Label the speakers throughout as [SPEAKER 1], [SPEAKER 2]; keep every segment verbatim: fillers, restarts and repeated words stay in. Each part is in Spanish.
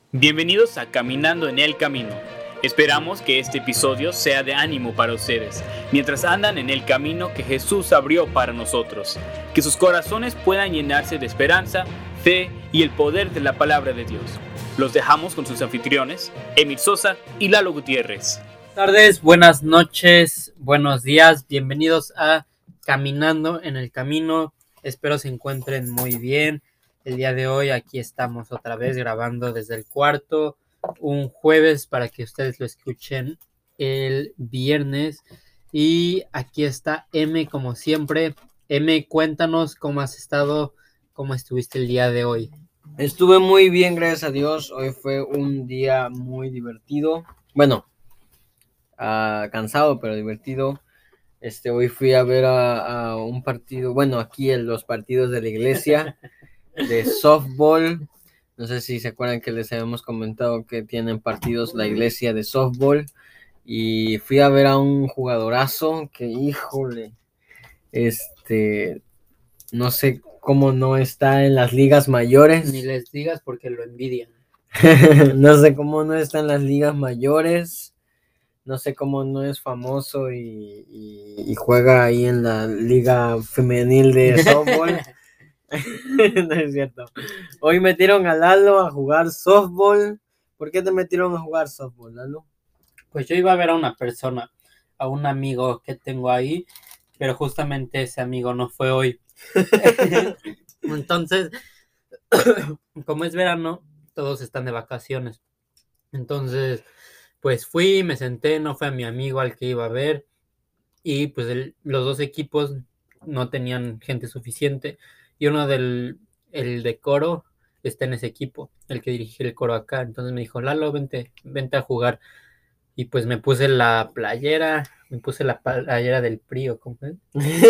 [SPEAKER 1] Bienvenidos a Caminando en el Camino. Esperamos que este episodio sea de ánimo para ustedes, mientras andan en el camino que Jesús abrió para nosotros. Que sus corazones puedan llenarse de esperanza, fe y el poder de la palabra de Dios. Los dejamos con sus anfitriones, Emir Sosa y Lalo Gutiérrez.
[SPEAKER 2] Buenas tardes, buenas noches, buenos días. Bienvenidos a Caminando en el Camino. Espero se encuentren muy bien. El día de hoy aquí estamos otra vez grabando desde el cuarto, un jueves para que ustedes lo escuchen el viernes. Y aquí está M como siempre. M, cuéntanos cómo has estado, cómo estuviste el día de hoy.
[SPEAKER 3] Estuve muy bien, gracias a Dios. Hoy fue un día muy divertido. Bueno, uh, cansado, pero divertido. Este, hoy fui a ver a, a un partido, bueno, aquí en los partidos de la iglesia de softball. No sé si se acuerdan que les habíamos comentado que tienen partidos la iglesia de softball. Y fui a ver a un jugadorazo que, híjole, este, no sé cómo no está en las ligas mayores.
[SPEAKER 2] Ni les digas porque lo envidian.
[SPEAKER 3] No sé cómo no está en las ligas mayores. No sé cómo no es famoso y, y, y juega ahí en la liga femenil de softball. No es cierto. Hoy metieron a Lalo a jugar softball. ¿Por qué te metieron a jugar softball, Lalo?
[SPEAKER 2] Pues yo iba a ver a una persona, a un amigo que tengo ahí, pero justamente ese amigo no fue hoy. Entonces, como es verano, todos están de vacaciones. Entonces, pues fui, me senté, no fue a mi amigo al que iba a ver, y pues el, los dos equipos no tenían gente suficiente, y uno del el de coro está en ese equipo, el que dirige el coro acá. Entonces me dijo, Lalo, vente, vente a jugar. Y pues me puse la playera, me puse la playera del P R I, ¿o cómo es?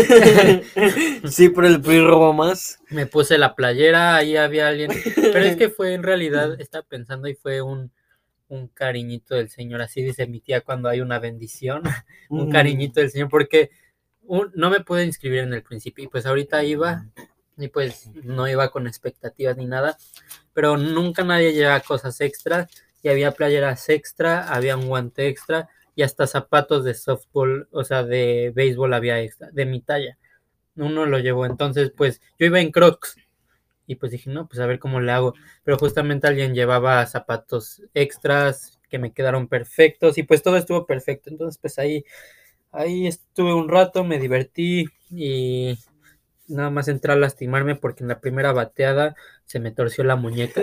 [SPEAKER 3] Sí, pero el P R I robó más.
[SPEAKER 2] Me puse la playera, ahí había alguien, pero es que fue en realidad, estaba pensando y fue un, un cariñito del Señor, así dice mi tía cuando hay una bendición, un cariñito del Señor, porque un, no me pude inscribir en el principio, y pues ahorita iba, y pues no iba con expectativas ni nada, pero nunca nadie lleva cosas extras, y había playeras extra, había un guante extra, y hasta zapatos de softball, o sea, de béisbol había extra, de mi talla. Uno lo llevó, entonces pues yo iba en Crocs, y pues dije, no, pues a ver cómo le hago, pero justamente alguien llevaba zapatos extras que me quedaron perfectos, y pues todo estuvo perfecto. Entonces pues ahí, ahí estuve un rato, me divertí, y nada más entré a lastimarme porque en la primera bateada se me torció la muñeca.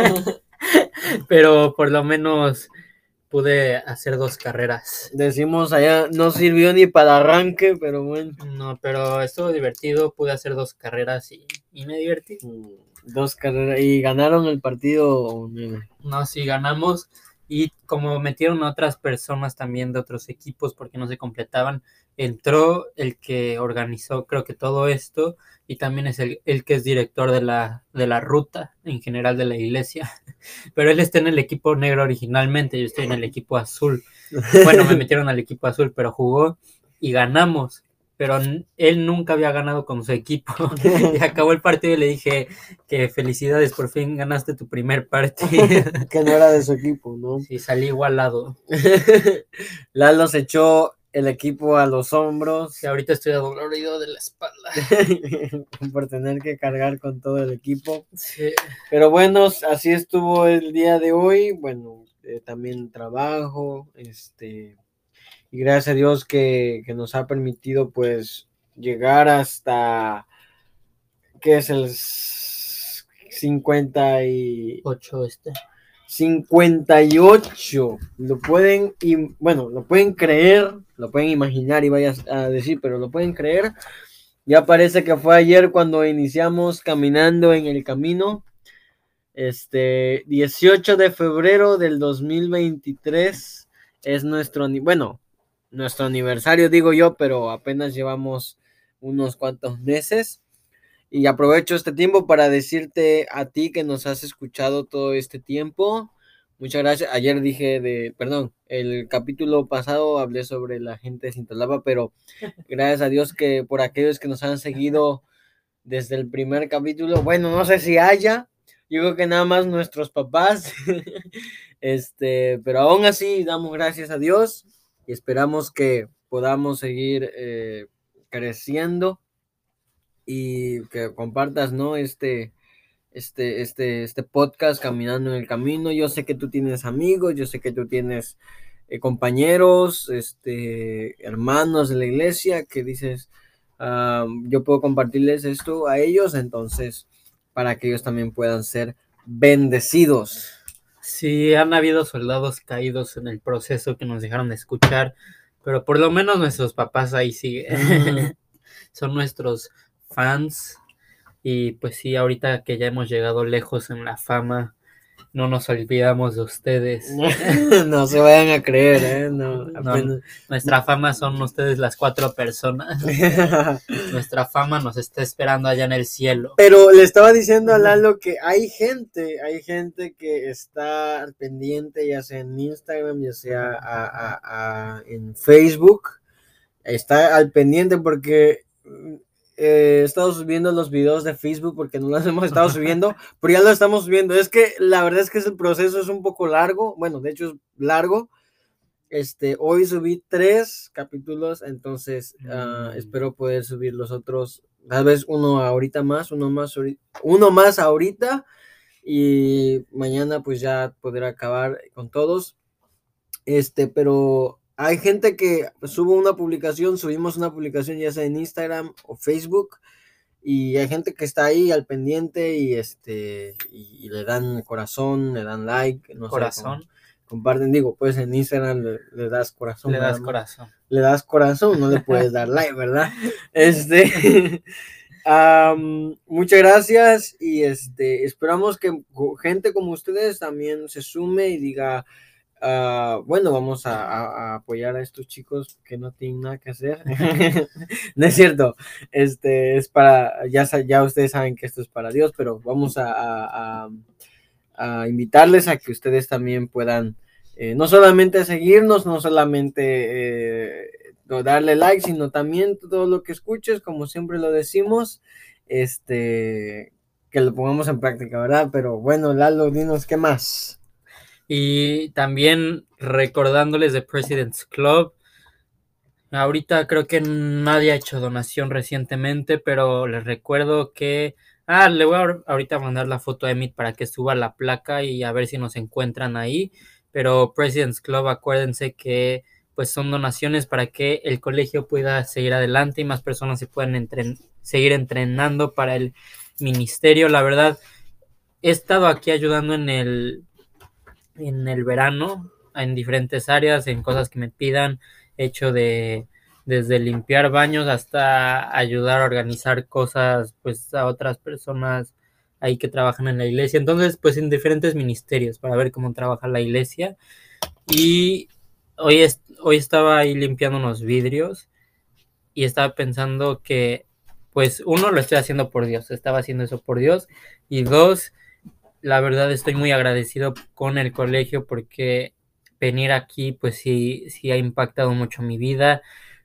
[SPEAKER 2] Pero por lo menos pude hacer dos carreras.
[SPEAKER 3] Decimos allá, no sirvió ni para arranque, pero bueno.
[SPEAKER 2] No, pero estuvo divertido, pude hacer dos carreras y, y me divertí.
[SPEAKER 3] Dos carreras, ¿y ganaron el partido?
[SPEAKER 2] No, sí, ganamos, y como metieron a otras personas también de otros equipos porque no se completaban, entró el que organizó creo que todo esto, y también es el, el que es director de la, de la ruta en general de la iglesia, pero él está en el equipo negro originalmente, yo estoy en el equipo azul. Bueno, me metieron al equipo azul, pero jugó y ganamos, pero él nunca había ganado con su equipo. Y acabó el partido y le dije que felicidades, por fin ganaste tu primer partido.
[SPEAKER 3] Que no era de su equipo, ¿no?
[SPEAKER 2] Sí, salí igualado.
[SPEAKER 3] Lalo se echó el equipo a los hombros.
[SPEAKER 2] Y ahorita estoy adolorido de la espalda.
[SPEAKER 3] Por tener que cargar con todo el equipo.
[SPEAKER 2] Sí.
[SPEAKER 3] Pero bueno, así estuvo el día de hoy. Bueno, eh, también trabajo, este... y gracias a Dios que, que nos ha permitido pues llegar hasta ¿qué es el cincuenta y
[SPEAKER 2] ocho este?
[SPEAKER 3] cincuenta y ocho? Lo pueden, y bueno, lo pueden creer, lo pueden imaginar y vayas a decir, pero lo pueden creer. Ya parece que fue ayer cuando iniciamos Caminando en el Camino. Este dieciocho de febrero del dos mil veintitrés es nuestro, bueno, nuestro aniversario, digo yo, pero apenas llevamos unos cuantos meses. Y aprovecho este tiempo para decirte a ti que nos has escuchado todo este tiempo. Muchas gracias. Ayer dije de, perdón, el capítulo pasado hablé sobre la gente de Cintalapa, pero gracias a Dios que por aquellos que nos han seguido desde el primer capítulo, bueno, no sé si haya, yo creo que nada más nuestros papás, este, pero aún así damos gracias a Dios y esperamos que podamos seguir eh, creciendo y que compartas, ¿no? Este, este, este, este podcast Caminando en el Camino. Yo sé que tú tienes amigos, yo sé que tú tienes eh, compañeros, este, hermanos de la iglesia que dices, uh, yo puedo compartirles esto a ellos, entonces, para que ellos también puedan ser bendecidos.
[SPEAKER 2] Sí, han habido soldados caídos en el proceso que nos dejaron de escuchar, pero por lo menos nuestros papás ahí siguen. Son nuestros fans. Y pues sí, ahorita que ya hemos llegado lejos en la fama, no nos olvidamos de ustedes.
[SPEAKER 3] No se vayan a creer, ¿eh? No,
[SPEAKER 2] No,
[SPEAKER 3] apenas...
[SPEAKER 2] nuestra fama son ustedes las cuatro personas. Nuestra fama nos está esperando allá en el cielo.
[SPEAKER 3] Pero le estaba diciendo a Lalo que hay gente, hay gente que está al pendiente, ya sea en Instagram, ya sea a, a, a, en Facebook, está al pendiente porque eh, he estado subiendo los videos de Facebook porque no los hemos estado subiendo, pero ya lo estamos subiendo. Es que la verdad es que el proceso es un poco largo, bueno, de hecho es largo. Este, hoy subí tres capítulos, entonces mm. uh, espero poder subir los otros, tal vez uno ahorita más, uno más, uno más ahorita, y mañana pues ya poder acabar con todos. Este, pero hay gente que sube una publicación, subimos una publicación ya sea en Instagram o Facebook, y hay gente que está ahí al pendiente y este y, y le dan corazón, le dan like, no
[SPEAKER 2] corazón.
[SPEAKER 3] sé, comparten, digo, pues en Instagram le, le das corazón.
[SPEAKER 2] Le das corazón.
[SPEAKER 3] Le das corazón, no le puedes dar like, ¿verdad? Este, um, muchas gracias y este, esperamos que gente como ustedes también se sume y diga, uh, bueno, vamos a, a, a apoyar a estos chicos que no tienen nada que hacer. No es cierto, este, es para, ya, ya ustedes saben que esto es para Dios, pero vamos a, a, a a invitarles a que ustedes también puedan eh, no solamente seguirnos, no solamente eh, darle like, sino también todo lo que escuches, como siempre lo decimos, este, que lo pongamos en práctica, ¿verdad? Pero bueno, Lalo, dinos qué más.
[SPEAKER 2] Y también recordándoles de President's Club, ahorita creo que nadie ha hecho donación recientemente, pero les recuerdo que Ah, le voy a ahorita mandar la foto a Emit para que suba la placa y a ver si nos encuentran ahí. Pero President's Club, acuérdense que pues son donaciones para que el colegio pueda seguir adelante y más personas se puedan entren- seguir entrenando para el ministerio. La verdad, he estado aquí ayudando en el, en el verano, en diferentes áreas, en cosas que me pidan, hecho de... desde limpiar baños hasta ayudar a organizar cosas pues a otras personas ahí que trabajan en la iglesia, entonces pues en diferentes ministerios para ver cómo trabaja la iglesia. Y hoy, es, hoy estaba ahí limpiando unos vidrios y estaba pensando que pues uno, lo estoy haciendo por Dios, estaba haciendo eso por Dios, y dos, la verdad estoy muy agradecido con el colegio porque venir aquí pues sí, sí ha impactado mucho mi vida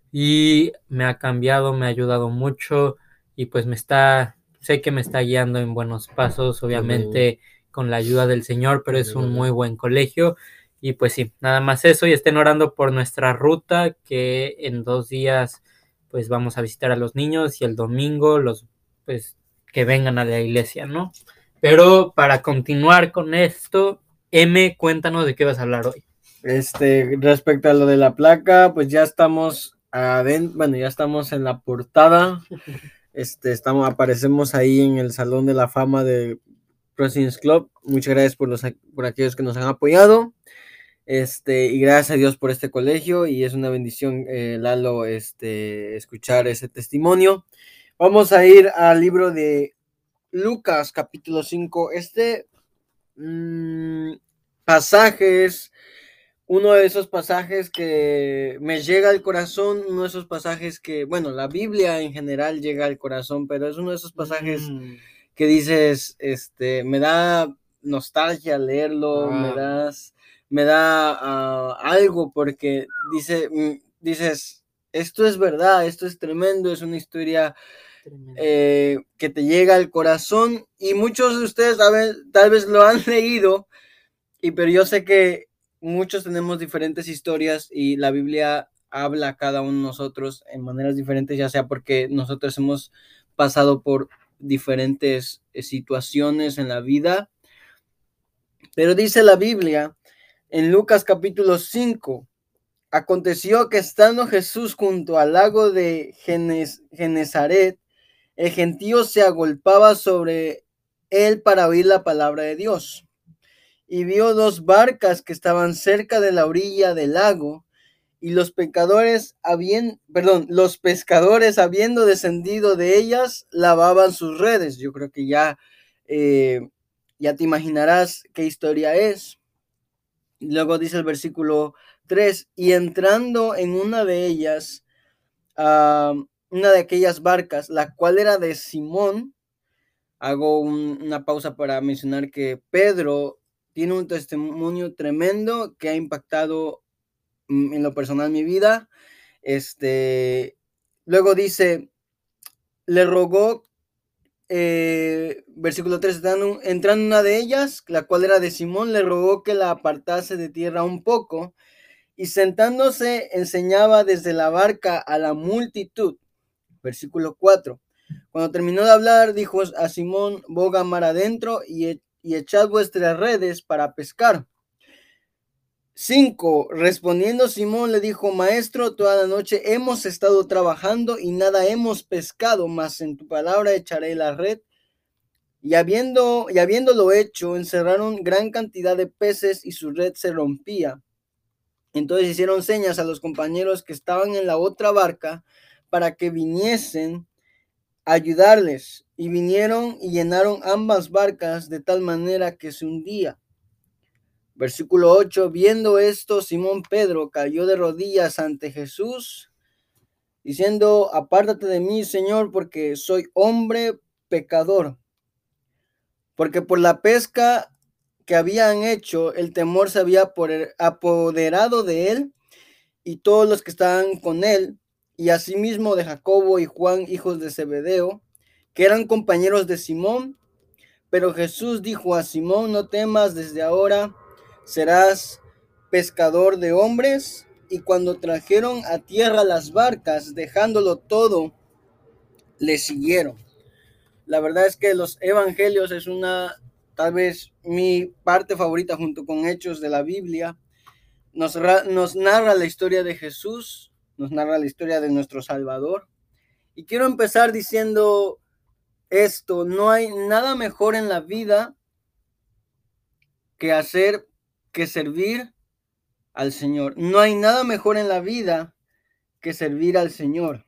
[SPEAKER 2] y me ha cambiado, me ha ayudado mucho y pues me está, sé que me está guiando en buenos pasos, obviamente uh-huh. con la ayuda del Señor, pero uh-huh. es un muy buen colegio. Y pues sí, nada más eso, y estén orando por nuestra ruta, que en dos días pues vamos a visitar a los niños y el domingo los pues que vengan a la iglesia, ¿no? Pero para continuar con esto, M, cuéntanos de qué vas a hablar hoy.
[SPEAKER 3] Este, respecto a lo de la placa, pues ya estamos adentro, bueno, ya estamos en la portada. Este, estamos, aparecemos ahí en el Salón de la Fama de President's Club. Muchas gracias por los por aquellos que nos han apoyado. Este, y gracias a Dios por este colegio, y es una bendición, eh, Lalo, este, escuchar ese testimonio. Vamos a ir al libro de Lucas, capítulo cinco. Este mmm, pasaje es uno de esos pasajes que me llega al corazón, uno de esos pasajes que, bueno, la Biblia en general llega al corazón, pero es uno de esos pasajes mm. que dices, este, me da nostalgia leerlo, ah. me das, me da uh, algo, porque dice, mm, dices, esto es verdad, esto es tremendo, es una historia eh, que te llega al corazón, y muchos de ustedes saben, tal vez lo han leído, y pero yo sé que muchos tenemos diferentes historias y la Biblia habla a cada uno de nosotros en maneras diferentes, ya sea porque nosotros hemos pasado por diferentes situaciones en la vida. Pero dice la Biblia en Lucas capítulo cinco: aconteció que estando Jesús junto al lago de Genes, Genezaret, el gentío se agolpaba sobre él para oír la palabra de Dios. Y vio dos barcas que estaban cerca de la orilla del lago, y los pecadores habían, perdón, los pescadores habiendo descendido de ellas, lavaban sus redes. Yo creo que ya, eh, ya te imaginarás qué historia es. Luego dice el versículo tres: y entrando en una de ellas, uh, una de aquellas barcas, la cual era de Simón. Hago un, una pausa para mencionar que Pedro tiene un testimonio tremendo que ha impactado en lo personal mi vida. Este, luego dice, le rogó, eh, versículo tres, entrando en una de ellas, la cual era de Simón, le rogó que la apartase de tierra un poco, y sentándose enseñaba desde la barca a la multitud. Versículo cuatro. Cuando terminó de hablar, dijo a Simón: boga mar adentro y, y echad vuestras redes para pescar. cinco. Respondiendo Simón le dijo: Maestro, toda la noche hemos estado trabajando y nada hemos pescado, mas en tu palabra echaré la red. Y, habiendo, y habiéndolo hecho, encerraron gran cantidad de peces y su red se rompía. Entonces hicieron señas a los compañeros que estaban en la otra barca para que viniesen a ayudarles. Y vinieron y llenaron ambas barcas de tal manera que se hundía. Versículo ocho. Viendo esto, Simón Pedro cayó de rodillas ante Jesús, diciendo: apártate de mí, Señor, porque soy hombre pecador. Porque por la pesca que habían hecho, el temor se había apoderado de él y todos los que estaban con él, y asimismo de Jacobo y Juan, hijos de Zebedeo, que eran compañeros de Simón. Pero Jesús dijo a Simón: no temas, desde ahora serás pescador de hombres. Y cuando trajeron a tierra las barcas, dejándolo todo, le siguieron. La verdad es que los evangelios es una, tal vez mi parte favorita junto con Hechos de la Biblia. Nos, nos narra la historia de Jesús, nos narra la historia de nuestro Salvador. Y quiero empezar diciendo esto: no hay nada mejor en la vida que hacer, que servir al Señor. No hay nada mejor en la vida que servir al Señor.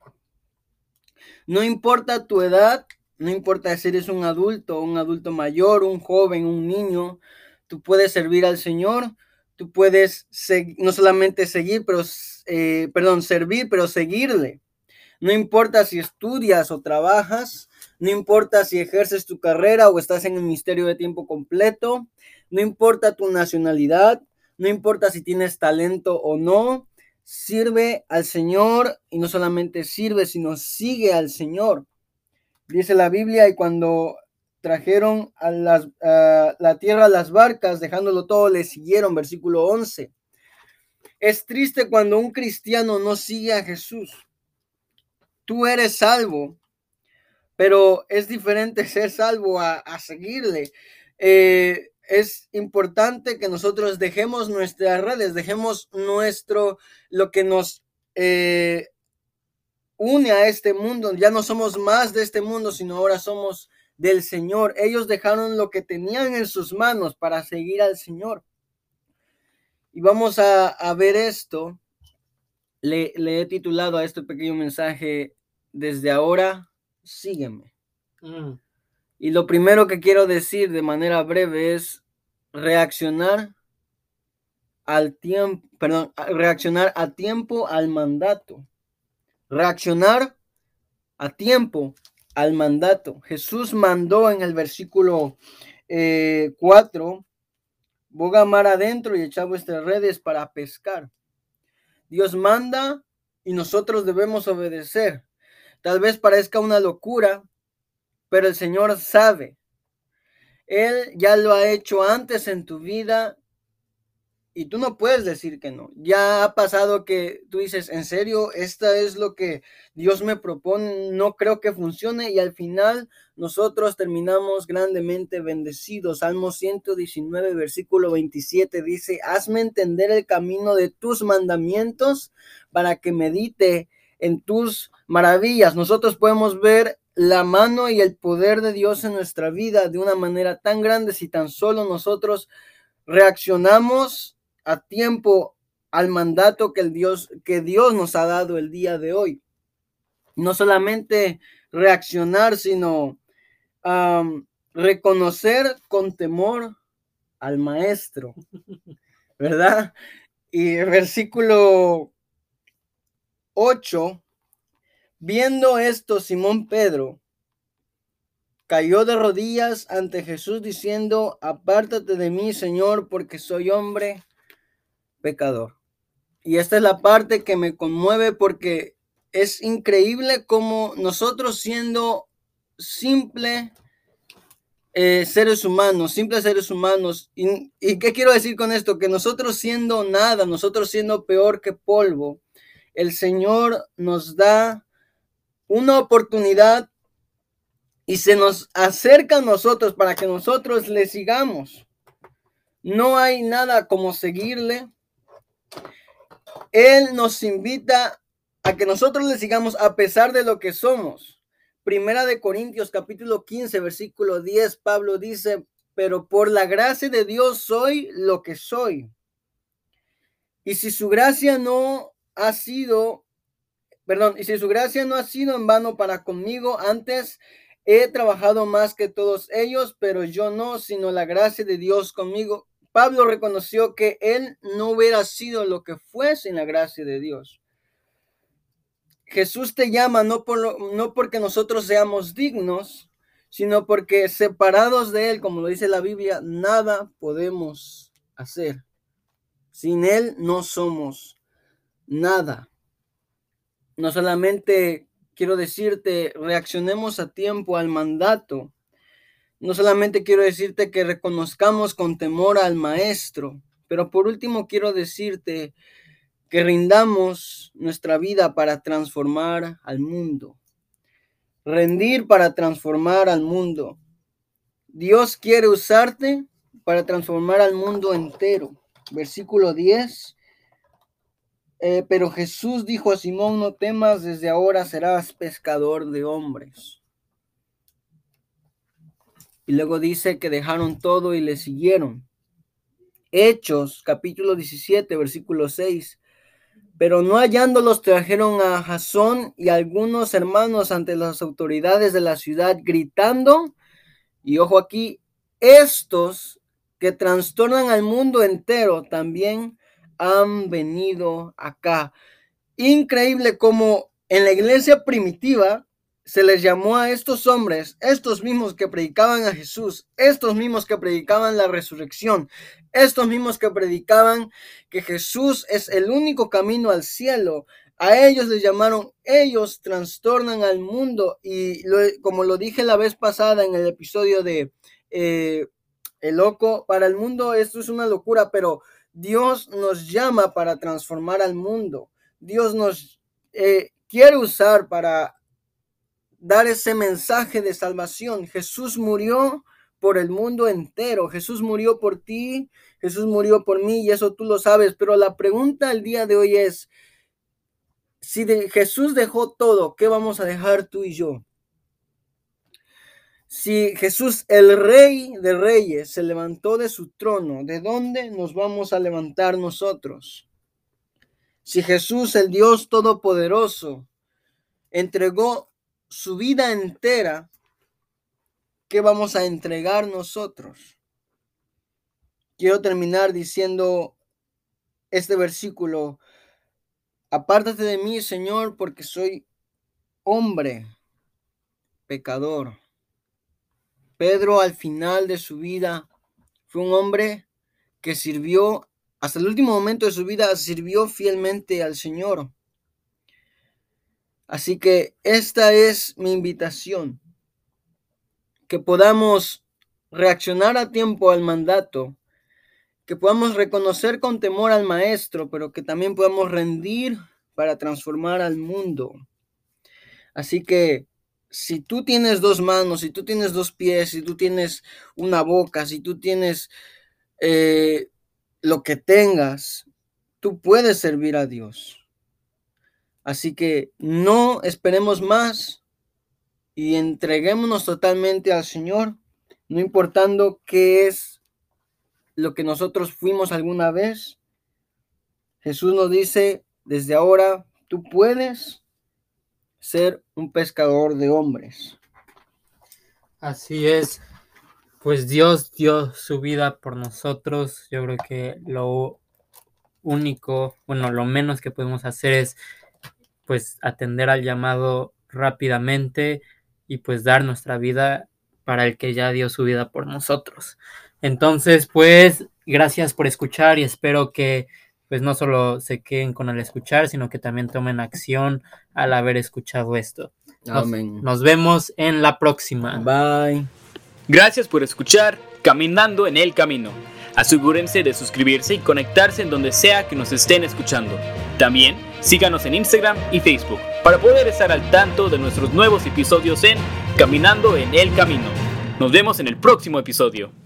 [SPEAKER 3] No importa tu edad, no importa si eres un adulto, un adulto mayor, un joven, un niño, tú puedes servir al Señor. Tú puedes no solamente seguir, pero, eh, perdón, servir, pero seguirle. No importa si estudias o trabajas, no importa si ejerces tu carrera o estás en el ministerio de tiempo completo, no importa tu nacionalidad, no importa si tienes talento o no, sirve al Señor, y no solamente sirve, sino sigue al Señor. Dice la Biblia: y cuando trajeron a las, uh, la tierra a las barcas, dejándolo todo, le siguieron. Versículo once. Es triste cuando un cristiano no sigue a Jesús. Tú eres salvo, pero es diferente ser salvo a, a seguirle. Eh, es importante que nosotros dejemos nuestras redes, dejemos nuestro, lo que nos eh, une a este mundo. Ya no somos más de este mundo, sino ahora somos del Señor. Ellos dejaron lo que tenían en sus manos para seguir al Señor. Y vamos a, a ver esto. Le, le he titulado a este pequeño mensaje: desde ahora, sígueme. Mm. Y lo primero que quiero decir de manera breve es reaccionar al tiempo, perdón, reaccionar a tiempo al mandato. Reaccionar a tiempo al mandato. Jesús mandó en el versículo eh, cuatro: boga mar adentro y echad vuestras redes para pescar. Dios manda y nosotros debemos obedecer. Tal vez parezca una locura, pero el Señor sabe. Él ya lo ha hecho antes en tu vida y tú no puedes decir que no. Ya ha pasado que tú dices, en serio, esta es lo que Dios me propone, no creo que funcione, y al final nosotros terminamos grandemente bendecidos. Salmo ciento diecinueve, versículo veintisiete dice, hazme entender el camino de tus mandamientos para que medite en tus maravillas. Nosotros podemos ver la mano y el poder de Dios en nuestra vida de una manera tan grande si tan solo nosotros reaccionamos a tiempo al mandato que el Dios que Dios nos ha dado el día de hoy. No solamente reaccionar, sino um, reconocer con temor al maestro, ¿verdad? Y el versículo ocho, viendo esto, Simón Pedro cayó de rodillas ante Jesús diciendo, apártate de mí, Señor, porque soy hombre pecador. Y esta es la parte que me conmueve porque es increíble cómo nosotros siendo simple eh, seres humanos, simples seres humanos, y, y ¿qué quiero decir con esto? Que nosotros siendo nada, nosotros siendo peor que polvo, el Señor nos da una oportunidad y se nos acerca a nosotros para que nosotros le sigamos. No hay nada como seguirle. Él nos invita a que nosotros le sigamos a pesar de lo que somos. Primera de Corintios capítulo quince, versículo diez, Pablo dice, pero por la gracia de Dios soy lo que soy. Y si su gracia no ha sido, perdón, y si su gracia no ha sido en vano para conmigo, antes he trabajado más que todos ellos, pero yo no, sino la gracia de Dios conmigo. Pablo reconoció que él no hubiera sido lo que fue sin la gracia de Dios. Jesús te llama no, por lo, no porque nosotros seamos dignos, sino porque separados de Él, como lo dice la Biblia, nada podemos hacer. Sin Él no somos nada. No solamente quiero decirte, reaccionemos a tiempo al mandato. No solamente quiero decirte que reconozcamos con temor al Maestro, pero por último quiero decirte que rindamos nuestra vida para transformar al mundo. Rendir para transformar al mundo. Dios quiere usarte para transformar al mundo entero. Versículo diez. Eh, pero Jesús dijo a Simón, no temas, desde ahora serás pescador de hombres. Y luego dice que dejaron todo y le siguieron. Hechos, capítulo diecisiete, versículo seis. Pero no hallándolos trajeron a Jasón y algunos hermanos ante las autoridades de la ciudad gritando, y ojo aquí, estos que trastornan al mundo entero también han venido acá. Increíble como en la iglesia primitiva se les llamó a estos hombres, estos mismos que predicaban a Jesús, estos mismos que predicaban la resurrección, estos mismos que predicaban que Jesús es el único camino al cielo. A ellos les llamaron, ellos trastornan al mundo. Y lo, como lo dije la vez pasada en el episodio de eh, El Loco, para el mundo esto es una locura, pero Dios nos llama para transformar al mundo. Dios nos eh, quiere usar para dar ese mensaje de salvación. Jesús murió por el mundo entero. Jesús murió por ti, Jesús murió por mí, y eso tú lo sabes. Pero la pregunta el día de hoy es, si de Jesús dejó todo, ¿qué vamos a dejar tú y yo? Si Jesús, el Rey de Reyes, se levantó de su trono, ¿de dónde nos vamos a levantar nosotros? Si Jesús, el Dios Todopoderoso, entregó su vida entera, ¿qué vamos a entregar nosotros? Quiero terminar diciendo este versículo. Apártate de mí, Señor, porque soy hombre pecador. Pedro al final de su vida fue un hombre que sirvió, hasta el último momento de su vida, sirvió fielmente al Señor. Así que esta es mi invitación, que podamos reaccionar a tiempo al mandato, que podamos reconocer con temor al Maestro, pero que también podamos rendir para transformar al mundo. Así que si tú tienes dos manos, si tú tienes dos pies, si tú tienes una boca, si tú tienes eh, lo que tengas, tú puedes servir a Dios. Así que no esperemos más y entreguémonos totalmente al Señor, no importando qué es lo que nosotros fuimos alguna vez. Jesús nos dice, desde ahora tú puedes ser un pescador de hombres.
[SPEAKER 2] Así es, pues Dios dio su vida por nosotros. Yo creo que lo único, bueno, lo menos que podemos hacer es pues atender al llamado rápidamente y pues dar nuestra vida para el que ya dio su vida por nosotros. Entonces, pues, gracias por escuchar y espero que pues no solo se queden con el escuchar, sino que también tomen acción al haber escuchado esto. Nos,
[SPEAKER 3] Amén.
[SPEAKER 2] Nos vemos en la próxima.
[SPEAKER 3] Bye.
[SPEAKER 1] Gracias por escuchar Caminando en el Camino. Asegúrense de suscribirse y conectarse en donde sea que nos estén escuchando. También síganos en Instagram y Facebook para poder estar al tanto de nuestros nuevos episodios en Caminando en el Camino. Nos vemos en el próximo episodio.